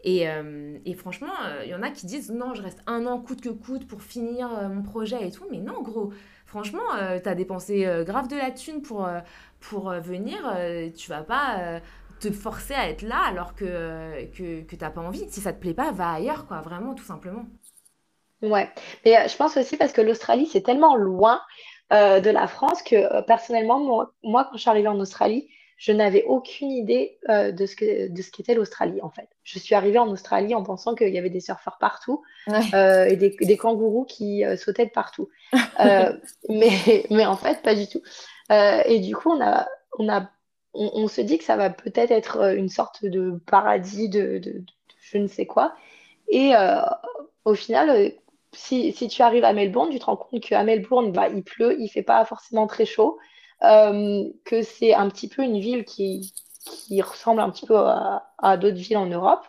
Et franchement, il y en a qui disent non, je reste un an coûte que coûte pour finir mon projet et tout. Mais non, gros, franchement, t'as dépensé grave de la thune pour venir. Tu vas pas te forcer à être là alors que t'as pas envie. Si ça te plaît pas, va ailleurs, quoi, vraiment, tout simplement. Ouais, mais je pense aussi parce que l'Australie, c'est tellement loin de la France que personnellement, moi, quand je suis arrivée en Australie, je n'avais aucune idée de ce qu'était l'Australie, en fait. Je suis arrivée en Australie en pensant qu'il y avait des surfeurs partout Ouais. et des kangourous qui sautaient de partout. Euh, mais en fait, pas du tout. Et du coup, on a, on se dit que ça va peut-être être une sorte de paradis de je ne sais quoi. Et au final, si tu arrives à Melbourne, tu te rends compte qu'à Melbourne, bah, il pleut, il fait pas forcément très chaud, que c'est un petit peu une ville qui ressemble un petit peu à d'autres villes en Europe.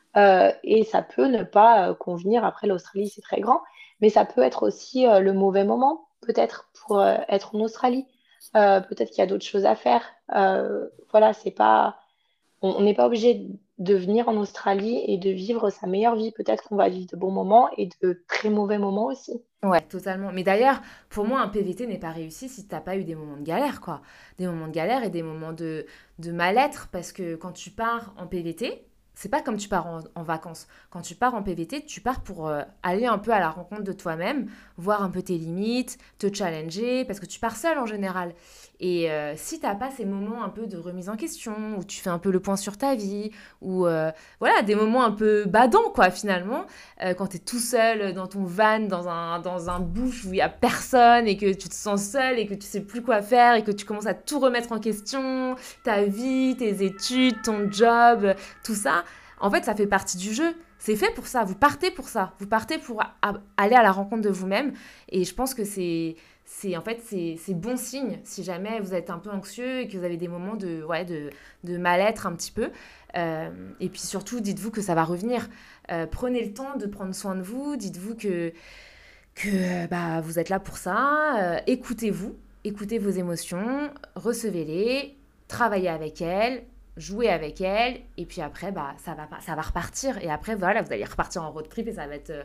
Et ça peut ne pas convenir. Après, l'Australie, c'est très grand, mais ça peut être aussi le mauvais moment, peut-être, pour être en Australie. Peut-être qu'il y a d'autres choses à faire. Voilà, c'est pas on n'est pas obligé de venir en Australie et de vivre sa meilleure vie. Peut-être qu'on va vivre de bons moments et de très mauvais moments aussi. Ouais, totalement. Mais d'ailleurs, pour moi, un PVT n'est pas réussi si t'as pas eu des moments de galère, quoi. Des moments de galère et des moments de mal-être, parce que quand tu pars en PVT, c'est pas comme tu pars en vacances. Quand tu pars en PVT, tu pars pour aller un peu à la rencontre de toi-même, voir un peu tes limites, te challenger, parce que tu pars seul en général. Et si t'as pas ces moments un peu de remise en question, où tu fais un peu le point sur ta vie, ou voilà, des moments un peu badants, quoi, finalement, quand tu es tout seul dans ton van, dans un bush où il n'y a personne et que tu te sens seul et que tu sais plus quoi faire et que tu commences à tout remettre en question, ta vie, tes études, ton job, tout ça, en fait, ça fait partie du jeu. C'est fait pour ça, vous partez pour ça, vous partez pour aller à la rencontre de vous-même et je pense que c'est bon signe si jamais vous êtes un peu anxieux et que vous avez des moments de mal-être un petit peu. Et puis surtout, dites-vous que ça va revenir. Prenez le temps de prendre soin de vous. Dites-vous que bah, vous êtes là pour ça. Écoutez-vous, écoutez vos émotions, recevez-les, travaillez avec elles, jouez avec elles. Et puis après, bah, ça va repartir. Et après, voilà, vous allez repartir en road trip et ça va être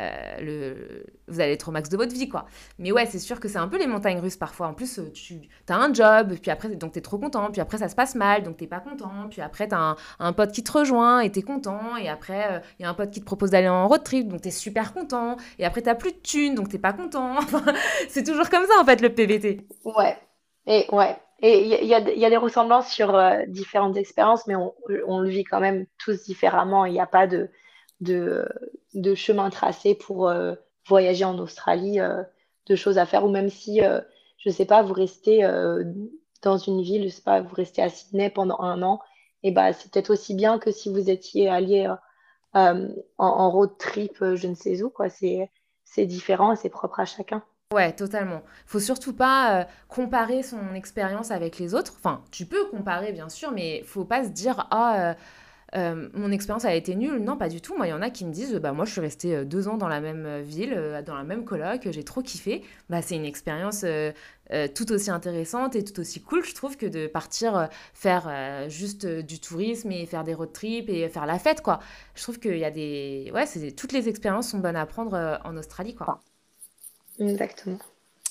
vous allez être au max de votre vie, quoi. Mais ouais, c'est sûr que c'est un peu les montagnes russes parfois. En plus, tu as un job, puis après, donc t'es trop content, puis après, ça se passe mal, donc t'es pas content, puis après, t'as un pote qui te rejoint et t'es content, et après, il y a un pote qui te propose d'aller en road trip, donc t'es super content, et après, t'as plus de thunes, donc t'es pas content. Enfin, c'est toujours comme ça, en fait, le PVT. Ouais. Ouais. Et il y a des ressemblances sur différentes expériences, mais on le vit quand même tous différemment. Il n'y a pas de, de chemin tracé pour voyager en Australie, de choses à faire, ou même si, je sais pas, vous restez dans une ville, je sais pas, vous restez à Sydney pendant un an, et bah, c'est peut-être aussi bien que si vous étiez allé en road trip, je ne sais où, quoi. C'est différent et c'est propre à chacun. Ouais, totalement. Faut surtout pas comparer son expérience avec les autres. Enfin, tu peux comparer, bien sûr, mais faut pas se dire, ah, mon expérience a été nulle. Non, pas du tout. Moi, il y en a qui me disent, bah, moi, je suis restée 2 ans dans la même ville, dans la même coloc, j'ai trop kiffé. Bah, c'est une expérience tout aussi intéressante et tout aussi cool, je trouve, que de partir faire juste du tourisme et faire des road trips et faire la fête, quoi. Je trouve qu'il y a des... Ouais, toutes les expériences sont bonnes à prendre en Australie, quoi. Enfin, exactement.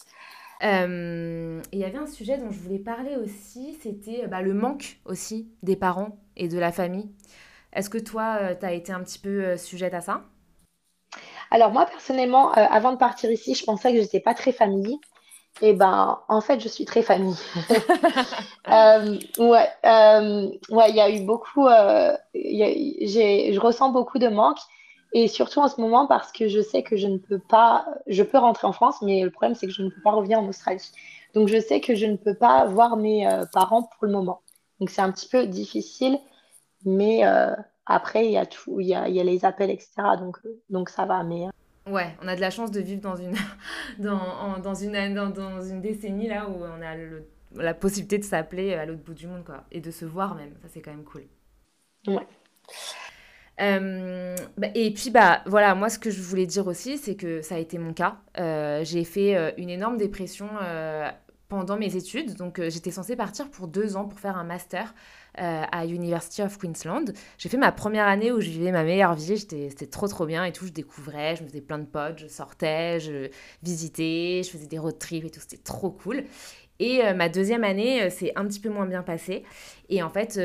Et il y avait un sujet dont je voulais parler aussi, c'était bah, le manque aussi des parents et de la famille. Est-ce que toi, tu as été un petit peu sujette à ça? Alors moi personnellement, avant de partir ici, je pensais que je n'étais pas très famille. Et ben, en fait, je suis très famille. Ouais, il y a eu beaucoup, je ressens beaucoup de manque et surtout en ce moment parce que je sais que je ne peux pas, je peux rentrer en France, mais le problème c'est que je ne peux pas revenir en Australie. Donc je sais que je ne peux pas voir mes parents pour le moment. Donc c'est un petit peu difficile, mais après il y a tout, il y a les appels, etc. Donc ça va. Mais Ouais, on a de la chance de vivre dans une, dans une décennie là où on a la possibilité de s'appeler à l'autre bout du monde, quoi, et de se voir même. Ça, c'est quand même cool. ouais. Et puis bah voilà, moi ce que je voulais dire aussi, c'est que ça a été mon cas. J'ai fait une énorme dépression pendant mes études, donc j'étais censée partir pour 2 ans pour faire un master à University of Queensland. J'ai fait ma première année où je vivais ma meilleure vie, c'était trop trop bien et tout, je découvrais, je me faisais plein de potes, je sortais, je visitais, je faisais des road trips et tout, c'était trop cool. Et ma deuxième année, c'est un petit peu moins bien passé. Et en fait,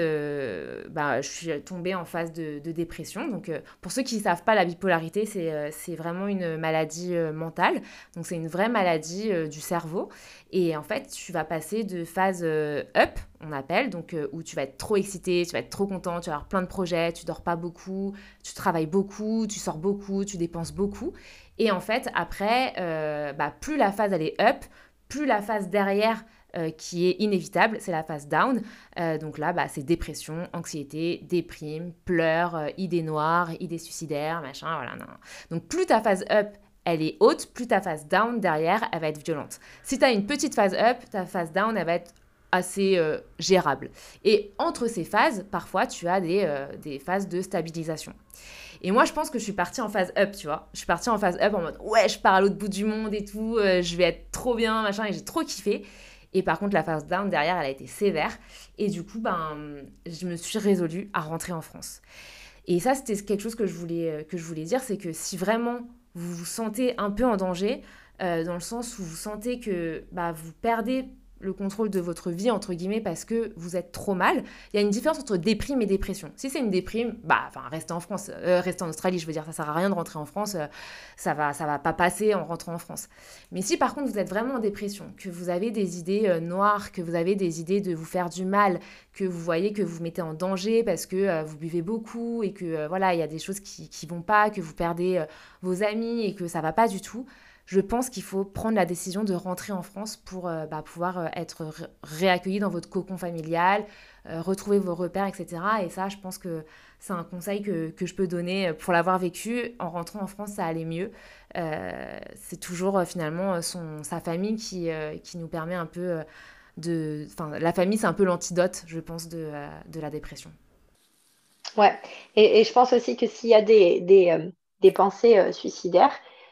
bah, je suis tombée en phase de dépression. Donc, pour ceux qui ne savent pas, la bipolarité, c'est vraiment une maladie mentale. Donc, c'est une vraie maladie du cerveau. Et en fait, tu vas passer de phase up, on appelle, donc où tu vas être trop excité, tu vas être trop content, tu vas avoir plein de projets, tu dors pas beaucoup, tu travailles beaucoup, tu sors beaucoup, tu dépenses beaucoup. Et en fait, après, bah, plus la phase elle est up, plus la phase derrière qui est inévitable, c'est la phase down. Donc là, bah, c'est dépression, anxiété, déprime, pleurs, idées noires, idées suicidaires, machin, voilà. Non. Donc plus ta phase up, elle est haute, plus ta phase down derrière, elle va être violente. Si tu as une petite phase up, ta phase down, elle va être assez gérable. Et entre ces phases, parfois, tu as des phases de stabilisation. Et moi, je pense que je suis partie en phase up, tu vois. Je suis partie en phase up en mode, ouais, je pars à l'autre bout du monde et tout, je vais être trop bien, machin, et j'ai trop kiffé. Et par contre, la phase down derrière, elle a été sévère. Et du coup, ben, je me suis résolue à rentrer en France. Et ça, c'était quelque chose que je voulais dire, c'est que si vraiment vous vous sentez un peu en danger, dans le sens où vous sentez que bah, vous perdez le contrôle de votre vie, entre guillemets, parce que vous êtes trop mal, il y a une différence entre déprime et dépression. Si c'est une déprime, bah, enfin, restez en France, restez en Australie, je veux dire, ça sert à rien de rentrer en France, ça va pas passer en rentrant en France. Mais si par contre vous êtes vraiment en dépression, que vous avez des idées noires, que vous avez des idées de vous faire du mal, que vous voyez que vous vous mettez en danger parce que vous buvez beaucoup et que voilà, il y a des choses qui vont pas, que vous perdez vos amis et que ça va pas du tout, je pense qu'il faut prendre la décision de rentrer en France pour bah, pouvoir être réaccueilli dans votre cocon familial, retrouver vos repères, etc. Et ça, je pense que c'est un conseil que je peux donner pour l'avoir vécu. En rentrant en France, ça allait mieux. C'est toujours finalement sa famille qui nous permet un peu de... Enfin, la famille, c'est un peu l'antidote, je pense, de la dépression. Ouais, et je pense aussi que s'il y a des pensées suicidaires,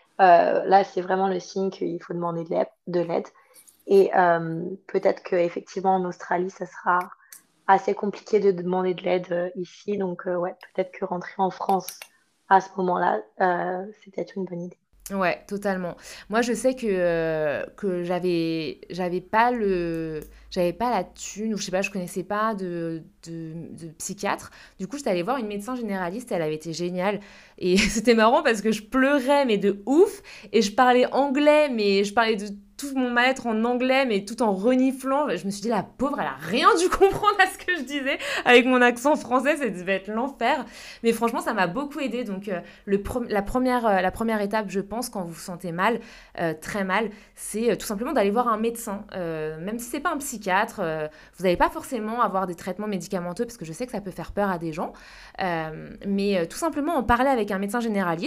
là, c'est vraiment le signe qu'il faut demander de l'aide. Et peut-être qu'effectivement, en Australie, ça sera assez compliqué de demander de l'aide ici. Donc, ouais, peut-être que rentrer en France à ce moment-là, c'est peut-être une bonne idée. Ouais, totalement. Moi, je sais que j'avais pas la thune, ou je sais pas, je connaissais pas de psychiatre. Du coup, j'étais allée voir une médecin généraliste, elle avait été géniale. Et c'était marrant parce que je pleurais, mais de ouf. Et je parlais anglais, mais je parlais de tout mon mal-être en anglais, mais tout en reniflant. Je me suis dit, la pauvre, elle a rien dû comprendre à ce que je disais. Avec mon accent français, ça devait être l'enfer. Mais franchement, ça m'a beaucoup aidée. Donc, la première étape, je pense, quand vous vous sentez mal, très mal, c'est tout simplement d'aller voir un médecin. Même si c'est pas un psychiatre, vous n'allez pas forcément avoir des traitements médicamenteux parce que je sais que ça peut faire peur à des gens. Mais tout simplement en parler avec un médecin généraliste.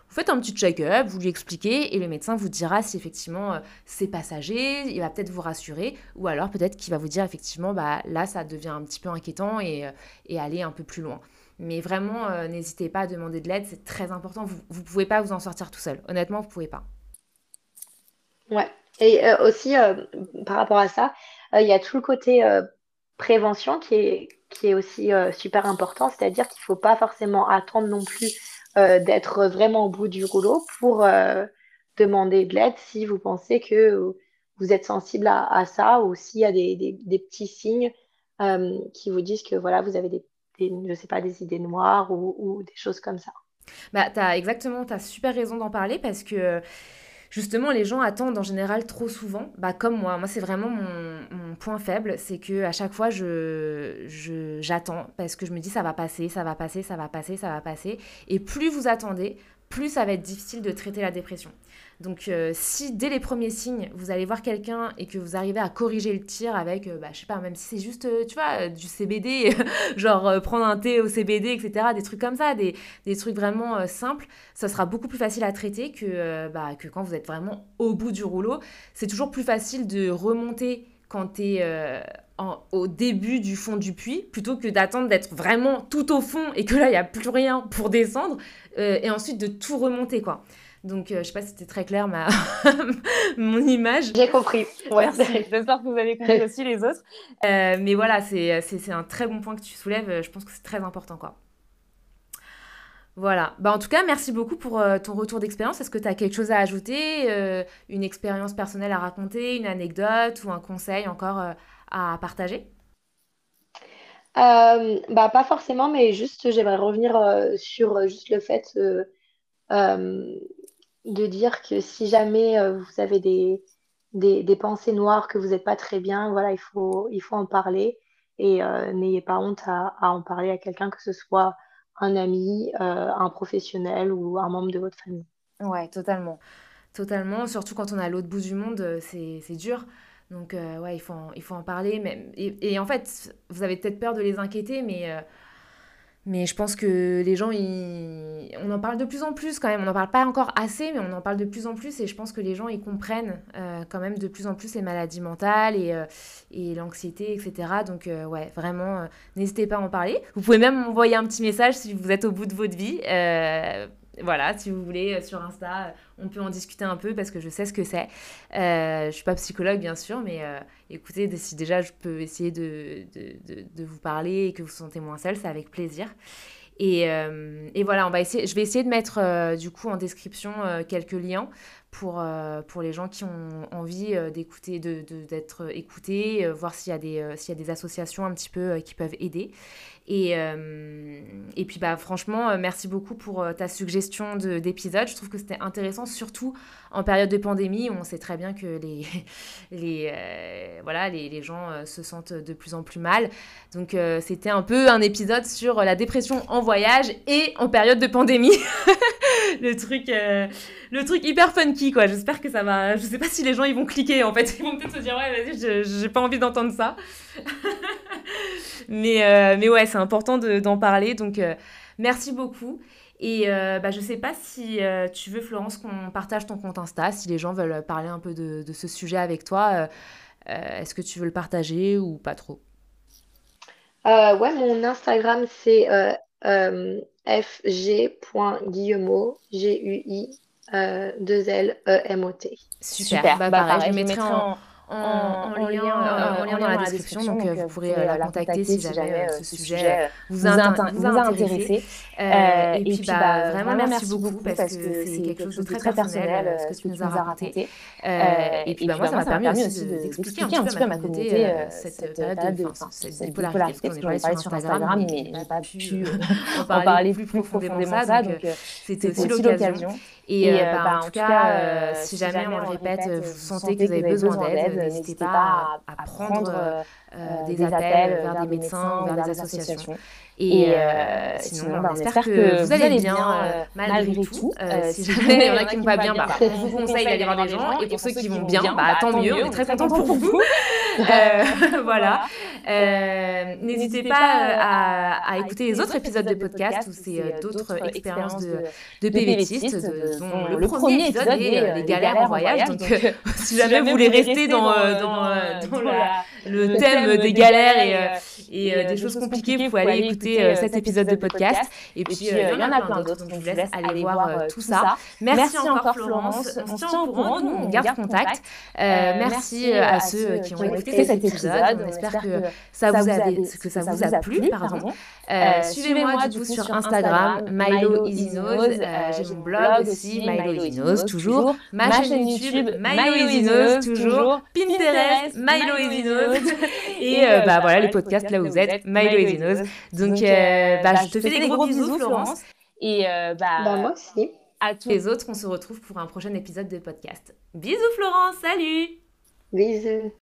vous faites un petit check-up, vous lui expliquez et le médecin vous dira si effectivement c'est passager, il va peut-être vous rassurer ou alors peut-être qu'il va vous dire effectivement là ça devient un petit peu inquiétant et aller un peu plus loin. Mais vraiment, n'hésitez pas à demander de l'aide, c'est très important. Vous ne pouvez pas vous en sortir tout seul. Honnêtement, vous ne pouvez pas. Ouais. Et aussi, par rapport à ça, il y a tout le côté prévention qui est aussi super important, c'est-à-dire qu'il ne faut pas forcément attendre non plus d'être vraiment au bout du rouleau pour demander de l'aide si vous pensez que vous êtes sensible à ça ou s'il y a des petits signes qui vous disent que voilà, vous avez je sais pas, des idées noires ou des choses comme ça. T'as super raison d'en parler parce que justement, les gens attendent en général trop souvent, comme moi. Moi, c'est vraiment mon point faible, c'est que à chaque fois, j'attends parce que je me dis ça va passer, ça va passer, ça va passer, ça va passer. Et plus vous attendez, plus ça va être difficile de traiter la dépression. Donc, si dès les premiers signes, vous allez voir quelqu'un et que vous arrivez à corriger le tir avec, je sais pas, même si c'est juste, tu vois, du CBD, genre prendre un thé au CBD, etc., des trucs comme ça, des trucs vraiment simples, ça sera beaucoup plus facile à traiter que quand vous êtes vraiment au bout du rouleau. C'est toujours plus facile de remonter quand tu es au début du fond du puits, plutôt que d'attendre d'être vraiment tout au fond et que là, il n'y a plus rien pour descendre, et ensuite de tout remonter, quoi. Donc, je sais pas si c'était très clair mon image. J'ai compris. Ouais. Merci. J'espère que vous avez compris aussi les autres. Mais voilà, c'est un très bon point que tu soulèves. Je pense que c'est très important, quoi. Voilà. En tout cas, merci beaucoup pour ton retour d'expérience. Est-ce que tu as quelque chose à ajouter, une expérience personnelle à raconter, une anecdote ou un conseil encore à partager? Pas forcément, mais juste j'aimerais revenir sur juste le fait euh, de dire que si jamais vous avez des pensées noires, que vous n'êtes pas très bien, voilà, il faut en parler et n'ayez pas honte à en parler à quelqu'un, que ce soit un ami, un professionnel ou un membre de votre famille. Ouais, totalement. Totalement, surtout quand on est à l'autre bout du monde, c'est dur. Donc, ouais, il faut en parler. Et en fait, vous avez peut-être peur de les inquiéter, mais je pense que les gens, on en parle de plus en plus quand même. On n'en parle pas encore assez, mais on en parle de plus en plus. Et je pense que les gens, ils comprennent quand même de plus en plus les maladies mentales et l'anxiété, etc. Donc, ouais, vraiment, n'hésitez pas à en parler. Vous pouvez même m'envoyer un petit message si vous êtes au bout de votre vie. Voilà, si vous voulez, sur Insta, on peut en discuter un peu parce que je sais ce que c'est. Je suis pas psychologue, bien sûr, mais écoutez, si déjà je peux essayer de vous parler et que vous vous sentez moins seul, c'est avec plaisir. Et voilà, je vais essayer de mettre du coup en description quelques liens pour les gens qui ont envie d'écouter, d'être écoutés, voir s'il y a des associations un petit peu qui peuvent aider. Et puis franchement, merci beaucoup pour ta suggestion d'épisode. Je trouve que c'était intéressant, surtout en période de pandémie où on sait très bien que les gens se sentent de plus en plus mal. Donc c'était un peu un épisode sur la dépression en voyage et en période de pandémie. Le truc hyper funky, quoi. J'espère que ça va... Je sais pas si les gens ils vont cliquer, en fait. Ils vont peut-être se dire, ouais, vas-y, j'ai pas envie d'entendre ça. Mais ouais, c'est important d'en parler. Donc, merci beaucoup. Et je sais pas si tu veux, Florence, qu'on partage ton compte Insta, si les gens veulent parler un peu de ce sujet avec toi. Est-ce que tu veux le partager ou pas trop? Ouais, mon Instagram, c'est fg.guillemot, Gui, 2L-E-M-O-T. Super. Pareil, je mettrai en lien dans la description, donc vous pourrez la contacter si jamais ce sujet vous a intéressé. Et puis vraiment merci beaucoup parce que c'est quelque chose de très personnel ce que tu nous as raconté. Et puis moi ça m'a permis aussi d'expliquer un petit peu à ma communauté cette période cette bipolarité, parce qu'on est parlé sur Instagram, mais j'ai pas pu en parler plus profondément ça, donc c'était aussi l'occasion. Et en tout cas, si jamais on le répète, vous sentez que vous avez besoin d'aide, n'hésitez pas à prendre des appels vers des médecins ou vers des associations. Et sinon, on espère que vous allez bien malgré tout. Si jamais il y en a qui ne vont pas bien, on vous conseille d'aller voir des gens. Et pour ceux qui vont bien, tant mieux, on est très contents pour vous. Voilà. N'hésitez pas à écouter les autres épisodes de podcast où c'est d'autres expériences de PVTistes, dont le premier épisode est les galères en voyage. Donc, si jamais vous voulez rester dans le thème des galères et des choses compliquées, vous pouvez aller écouter cet épisode de podcast. Et puis, il y en a plein d'autres, donc je vous laisse aller voir tout ça. Merci encore, Florence. On se tient au courant, nous, on garde contact. Merci à ceux qui ont écouté cet épisode. On espère que ça vous a plu, pardon. Suivez-moi du coup sur Instagram, Milo Easy Nose. J'ai mon blog aussi, Milo Easy Nose, toujours. Ma chaîne YouTube, Milo Easy Nose, toujours. Pinterest, Milo Easy Nose. Et voilà, les podcasts là où vous êtes, Milo Easy Nose. Donc, je te fais des gros bisous, Florence. Et moi aussi. À tous les autres, on se retrouve pour un prochain épisode de podcast. Bisous, Florence, salut! Bisous.